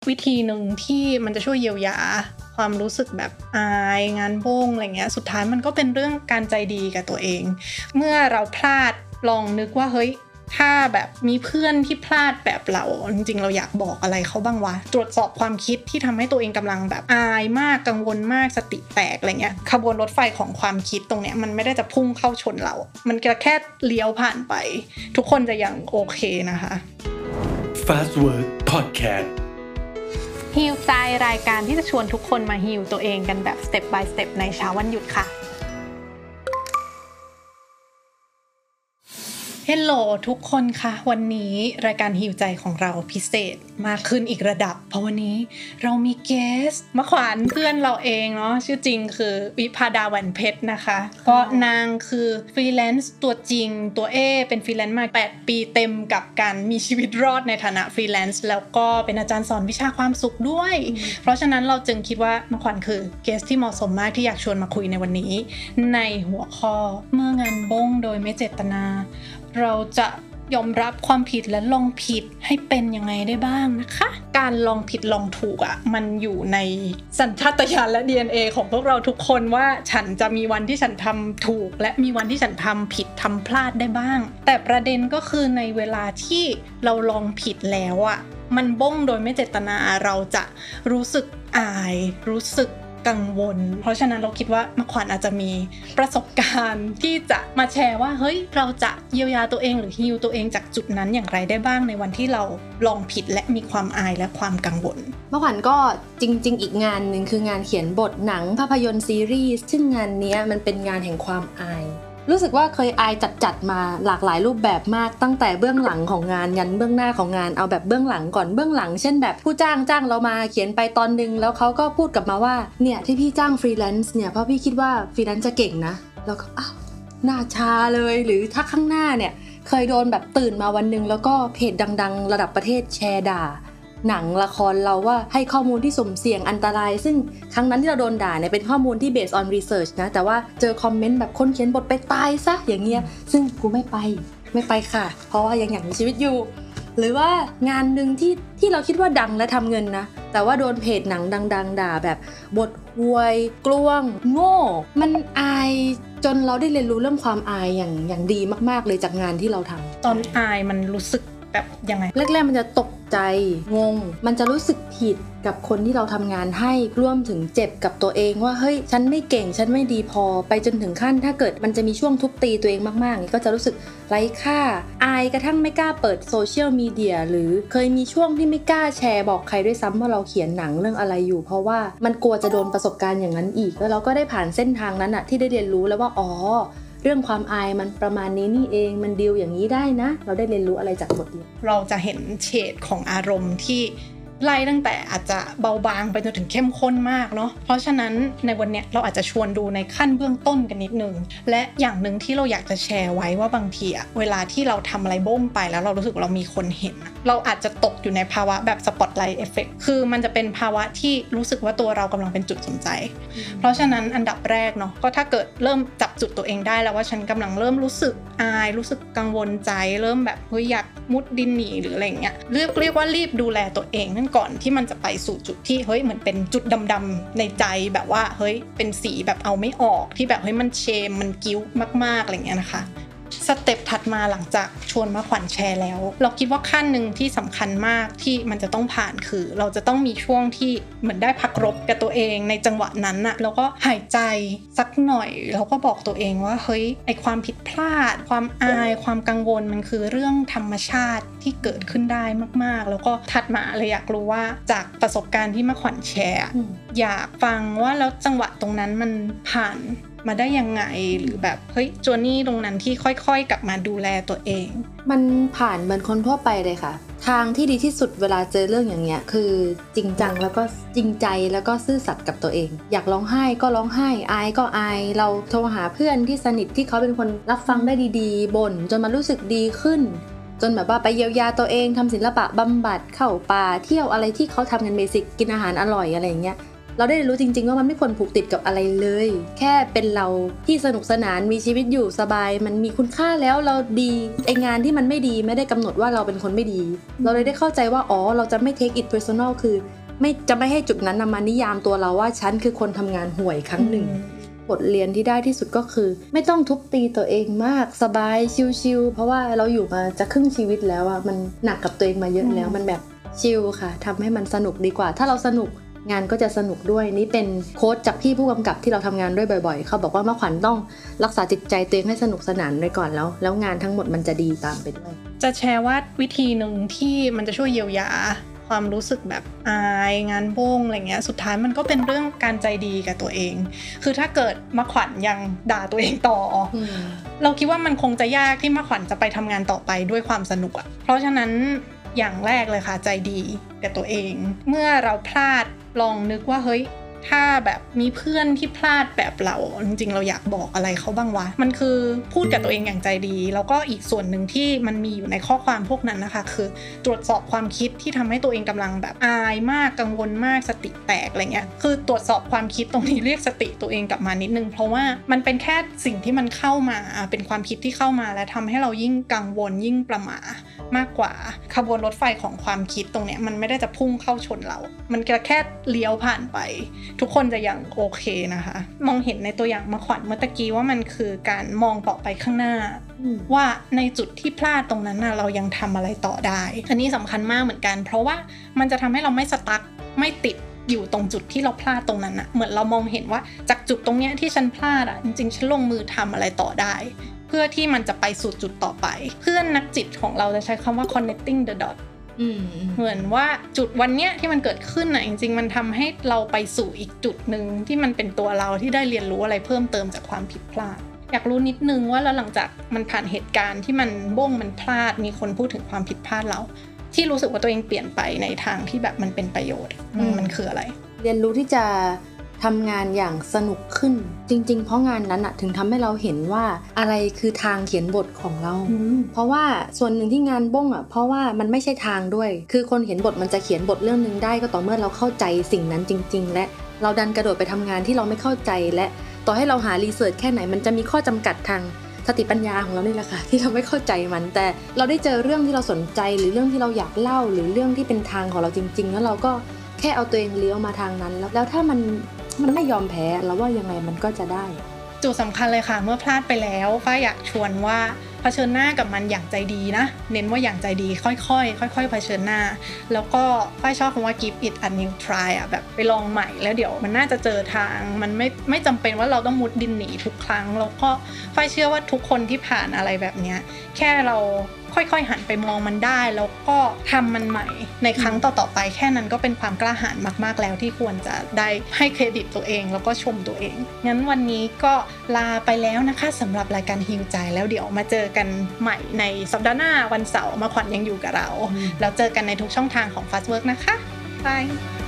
วิธีนึงที่มันจะช่วยเยียวยาความรู้สึกแบบอายงานบ้งอะไรเงี้ยสุดท้ายมันก็เป็นเรื่องการใจดีกับตัวเองเมื่อเราพลาดลองนึกว่าเฮ้ยถ้าแบบมีเพื่อนที่พลาดแบบเราจริงๆเราอยากบอกอะไรเขาบ้างวะตรวจสอบความคิดที่ทำให้ตัวเองกำลังแบบอายมากกังวลมากสติแตกอะไรเงี้ยขบวนรถไฟของความคิดตรงเนี้ยมันไม่ได้จะพุ่งเข้าชนเรามันแค่เลี้ยวผ่านไปทุกคนจะยังโอเคนะคะ Fast Work Podcast ฮีลใจรายการที่จะชวนทุกคนมาฮีลตัวเองกันแบบ step by step ในเช้าวันหยุดค่ะเฮลโหลทุกคนค่ะวันนี้รายการฮีลใจของเราพิเศษมากขึ้นอีกระดับเพราะวันนี้เรามีเกสต์มะขวัญเพื่อนเราเองเนาะชื่อจริงคือวิภาดาแหวนเพชรนะคะก็นางคือฟรีแลนซ์ตัวจริงตัวเป็นฟรีแลนซ์มา8ปีเต็มกับการมีชีวิตรอดในฐานะฟรีแลนซ์แล้วก็เป็นอาจารย์สอนวิชาความสุขด้วยเพราะฉะนั้นเราจึงคิดว่ามะขวัญคือเกสต์ที่เหมาะสมมากที่อยากชวนมาคุยในวันนี้ในหัวข้อเมื่องานบ้งโดยไม่เจตนาเราจะยอมรับความผิดและลองผิดให้เป็นยังไงได้บ้างนะคะการลองผิดลองถูกมันอยู่ในสัญชาตญาณและ DNA ของพวกเราทุกคนว่าฉันจะมีวันที่ฉันทำถูกและมีวันที่ฉันทำผิดทำพลาดได้บ้างแต่ประเด็นก็คือในเวลาที่เราลองผิดแล้วมันบ้งโดยไม่เจตนาเราจะรู้สึกอายรู้สึกกังวลเพราะฉะนั้นเราคิดว่ามะขวัญอาจจะมีประสบการณ์ที่จะมาแชร์ว่าเฮ้ยเราจะเยียวยาตัวเองหรือฮีลตัวเองจากจุดนั้นอย่างไรได้บ้างในวันที่เราลองผิดและมีความอายและความกังวลมะขวัญก็จริงๆอีกงานนึงคืองานเขียนบทหนังภาพยนตร์ซีรีส์ซึ่งงานนี้มันเป็นงานแห่งความอายรู้สึกว่าเคยอายจัดมาหลากหลายรูปแบบมากตั้งแต่เบื้องหลังของงานยันเบื้องหน้าของงานเอาแบบเบื้องหลังก่อนเบื้องหลังเช่นแบบผู้จ้างเรามาเขียนไปตอนนึงแล้วเขาก็พูดกลับมาว่าเนี่ยที่พี่จ้างฟรีแลนซ์เนี่ยเพราะพี่คิดว่าฟรีแลนซ์จะเก่งนะแล้วก็อ้าวหน้าชาเลยหรือถ้าข้างหน้าเนี่ยเคยโดนแบบตื่นมาวันนึงแล้วก็เพจดังๆระดับประเทศแชร์ด่าหนังละครเราว่าให้ข้อมูลที่สุ่มเสี่ยงอันตรายซึ่งครั้งนั้นที่เราโดนด่าเนี่ยเป็นข้อมูลที่ based on research นะแต่ว่าเจอคอมเมนต์แบบคนเขียนบทไปตายซะอย่างเงี้ยซึ่งกูไม่ไปค่ะเพราะว่ายังอยากมีชีวิตอยู่หรือว่างานนึงที่เราคิดว่าดังและทำเงินนะแต่ว่าโดนเพจหนังดังๆด่าแบบบทห่วยกลวงโง่มันอายจนเราได้เรียนรู้เรื่องความอายอย่างดีมากๆเลยจากงานที่เราทำตอนอายมันรู้สึกแบบยังไงแรกๆมันจะตกใจงงมันจะรู้สึกผิดกับคนที่เราทำงานให้ร่วมถึงเจ็บกับตัวเองว่าเฮ้ยฉันไม่เก่งฉันไม่ดีพอไปจนถึงขั้นถ้าเกิดมันจะมีช่วงทุบตีตัวเองมากๆนี่ก็จะรู้สึกไร้ค่าอายกระทั่งไม่กล้าเปิดโซเชียลมีเดียหรือเคยมีช่วงที่ไม่กล้าแชร์บอกใครด้วยซ้ำว่าเราเขียนหนังเรื่องอะไรอยู่เพราะว่ามันกลัวจะโดนประสบการณ์อย่างนั้นอีกแล้วเราก็ได้ผ่านเส้นทางนั้นที่ได้เรียนรู้แล้วว่าอ๋อเรื่องความอายมันประมาณนี้นี่เองมันดีลอย่างนี้ได้นะเราได้เรียนรู้อะไรจากบทเรียนเราจะเห็นเฉดของอารมณ์ที่ไล่ตั้งแต่อาจจะเบาบางไปจนถึงเข้มข้นมากเนาะเพราะฉะนั้นในวันเนี้ยเราอาจจะชวนดูในขั้นเบื้องต้นกันนิดนึงและอย่างนึงที่เราอยากจะแชร์ไว้ว่าบางทีเวลาที่เราทำอะไรบ้งไปแล้วเรารู้สึกเรามีคนเห็นเราอาจจะตกอยู่ในภาวะแบบสปอตไลท์เอฟเฟคคือมันจะเป็นภาวะที่รู้สึกว่าตัวเรากำลังเป็นจุดสนใจเพราะฉะนั้นอันดับแรกเนาะก็ถ้าเกิดเริ่มจับจุดตัวเองได้แล้วว่าฉันกำลังเริ่มรู้สึกอายรู้สึกกังวลใจเริ่มแบบเฮ้ยอยากมุดดินหนีหรืออะไรเงี้ยเรียกว่ารีบดูแลตัวเองนั่นก่อนที่มันจะไปสู่จุดที่เฮ้ยเหมือนเป็นจุดดำๆในใจแบบว่าเฮ้ยเป็นสีแบบเอาไม่ออกที่แบบเฮ้ยมันเชมมันกิ้วมากๆอะไรเงี้ยนะคะสเต็ปถัดมาหลังจากชวนมาขวัญแชร์แล้วเราคิดว่าขั้นหนึ่งที่สำคัญมากที่มันจะต้องผ่านคือเราจะต้องมีช่วงที่เหมือนได้พักรบกับตัวเองในจังหวะนั้นแล้วก็หายใจสักหน่อยแล้วก็บอกตัวเองว่าเฮ้ยไอความผิดพลาดความอายความกังวลมันคือเรื่องธรรมชาติที่เกิดขึ้นได้มากๆแล้วก็ถัดมาเลยอยากรู้ว่าจากประสบการณ์ที่มาขวัญแชร์อยากฟังว่าแล้วจังหวะตรงนั้นมันผ่านมาได้ยังไงหรือแบบเฮ้ยจวนี่ตรงนั้นที่ค่อยๆกลับมาดูแลตัวเองมันผ่านเหมือนคนทั่วไปเลยค่ะทางที่ดีที่สุดเวลาเจอเรื่องอย่างเงี้ยคือจริงจังแล้วก็จริงใจแล้วก็ซื่อสัตย์กับตัวเองอยากร้องไห้ก็ร้องไห้อายก็อายเราโทรหาเพื่อนที่สนิทที่เขาเป็นคนรับฟังได้ดีๆบ่นจนมันรู้สึกดีขึ้นจนแบบว่าไปเยียวยาตัวเองทำศิลปะบำบัดเข้าป่าเที่ยวอะไรที่เขาทำกันเบสิกกินอาหารอร่อยอะไรอย่างเงี้ยเราได้รู้จริงๆว่ามันไม่ควรผูกติดกับอะไรเลยแค่เป็นเราที่สนุกสนานมีชีวิตอยู่สบายมันมีคุณค่าแล้วเราดีไองานที่มันไม่ดีไม่ได้กำหนดว่าเราเป็นคนไม่ดีเราเลยได้เข้าใจว่าอ๋อเราจะไม่ take it personal คือจะไม่ให้จุดนั้นนำมานิยามตัวเราว่าฉันคือคนทำงานห่วยครั้งหนึ่งบทเรียนที่ได้ที่สุดก็คือไม่ต้องทุบตีตัวเองมากสบายชิลๆเพราะว่าเราอยู่มาจะครึ่งชีวิตแล้วอะมันหนักกับตัวเองมาเยอะแล้วมันแบบชิลค่ะทำให้มันสนุกดีกว่าถ้าเราสนุกงานก็จะสนุกด้วยนี่เป็นโค้ชจากพี่ผู้กำกับที่เราทำงานด้วยบ่อยๆเขาบอกว่ามะขวัญต้องรักษาจิตใจตัวเองให้สนุกสนานไว้ก่อนแล้วงานทั้งหมดมันจะดีตามไปด้วยจะแชร์ว่าวิธีหนึ่งที่มันจะช่วยเยียวยาความรู้สึกแบบอายงานบ้งอะไรเงี้ยสุดท้ายมันก็เป็นเรื่องการใจดีกับตัวเองคือถ้าเกิดมะขวัญยังด่าตัวเองต่อเราคิดว่ามันคงจะยากที่มะขวัญจะไปทำงานต่อไปด้วยความสนุกอ่ะเพราะฉะนั้นอย่างแรกเลยค่ะใจดีกับตัวเองเมื่อเราพลาดลองนึกว่าเฮ้ยถ้าแบบมีเพื่อนที่พลาดแบบเราจริงๆเราอยากบอกอะไรเขาบ้างวะมันคือพูดกับตัวเองอย่างใจดีแล้วก็อีกส่วนหนึ่งที่มันมีอยู่ในข้อความพวกนั้นนะคะคือตรวจสอบความคิดที่ทำให้ตัวเองกำลังแบบอายมากกังวลมากสติแตกอะไรเงี้ยคือตรวจสอบความคิดตรงนี้เรียกสติตัวเองกลับมานิดนึงเพราะว่ามันเป็นแค่สิ่งที่มันเข้ามาเป็นความคิดที่เข้ามาและทำให้เรายิ่งกังวลยิ่งประหม่ามากกว่าขบวนรถไฟของความคิดตรงเนี้ยมันไม่ได้จะพุ่งเข้าชนเรามันแค่เลี้ยวผ่านไปทุกคนจะยังโอเคนะคะมองเห็นในตัวอย่างมะขวัญเมื่อตะกี้ว่ามันคือการมองต่อไปข้างหน้าว่าในจุดที่พลาดตรงนั้นน่ะเรายังทำอะไรต่อได้อันนี้สำคัญมากเหมือนกันเพราะว่ามันจะทำให้เราไม่สตั๊กไม่ติดอยู่ตรงจุดที่เราพลาดตรงนั้นน่ะเหมือนเรามองเห็นว่าจากจุดตรงเนี้ยที่ฉันพลาดอ่ะจริงๆฉันลงมือทำอะไรต่อได้เพื่อที่มันจะไปสู่จุดต่อไปเพื่อนนักจิตของเราจะใช้คำว่า connecting the dotเหมือนว่าจุดวันเนี้ยที่มันเกิดขึ้นน่ะจริงๆมันทำให้เราไปสู่อีกจุดนึงที่มันเป็นตัวเราที่ได้เรียนรู้อะไรเพิ่มเติมจากความผิดพลาดอยากรู้นิดนึงว่าแล้วหลังจากมันผ่านเหตุการณ์ที่มันบ้งมันพลาดมีคนพูดถึงความผิดพลาดเราที่รู้สึกว่าตัวเองเปลี่ยนไปในทางที่แบบมันเป็นประโยชน์มันคืออะไรเรียนรู้ที่จะทำงานอย่างสนุกขึ้นจริงๆเพราะงานนั้นอะถึงทำให้เราเห็นว่าอะไรคือทางเขียนบทของเราเพราะว่าส่วนหนึ่งที่งานบ้งอะเพราะว่ามันไม่ใช่ทางด้วยคือคนเขียนบทมันจะเขียนบทเรื่องนึงได้ก็ต่อเมื่อเราเข้าใจสิ่งนั้นจริงๆและเราดันกระโดดไปทำงานที่เราไม่เข้าใจและต่อให้เราหารีเสิร์ชแค่ไหนมันจะมีข้อจำกัดทางสติปัญญาของเรานี่แหละค่ะที่เราไม่เข้าใจมันแต่เราได้เจอเรื่องที่เราสนใจหรือเรื่องที่เราอยากเล่าหรือเรื่องที่เป็นทางของเราจริงๆแล้วเราก็แค่เอาตัวเองเลี้ยวมาทางนั้นแล้วถ้ามันไม่ยอมแพ้แล้วว่ายังไงมันก็จะได้จุดสำคัญเลยค่ะเมื่อพลาดไปแล้วฝ้ายอยากชวนว่าเผชิญหน้ากับมันอย่างใจดีนะเน้นว่าอย่างใจดีค่อยๆเผชิญหน้าแล้วก็ฝ้ายชอบคำว่า give it a new try อ่ะแบบไปลองใหม่แล้วเดี๋ยวมันน่าจะเจอทางมันไม่จำเป็นว่าเราต้องมุดดินหนีทุกครั้งแล้วก็ฝ้ายเชื่อว่าทุกคนที่ผ่านอะไรแบบเนี้ยแค่เราค่อยๆหันไปมองมันได้แล้วก็ทำมันใหม่ในครั้งต่อๆไปแค่นั้นก็เป็นความกล้าหาญมากๆแล้วที่ควรจะได้ให้เครดิตตัวเองแล้วก็ชมตัวเองงั้นวันนี้ก็ลาไปแล้วนะคะสำหรับรายการฮีลใจแล้วเดี๋ยวมาเจอกันใหม่ในสัปดาห์หน้าวันเสาร์มะขวัญยังอยู่กับเราแล้วเจอกันในทุกช่องทางของ Fast Work นะคะบาย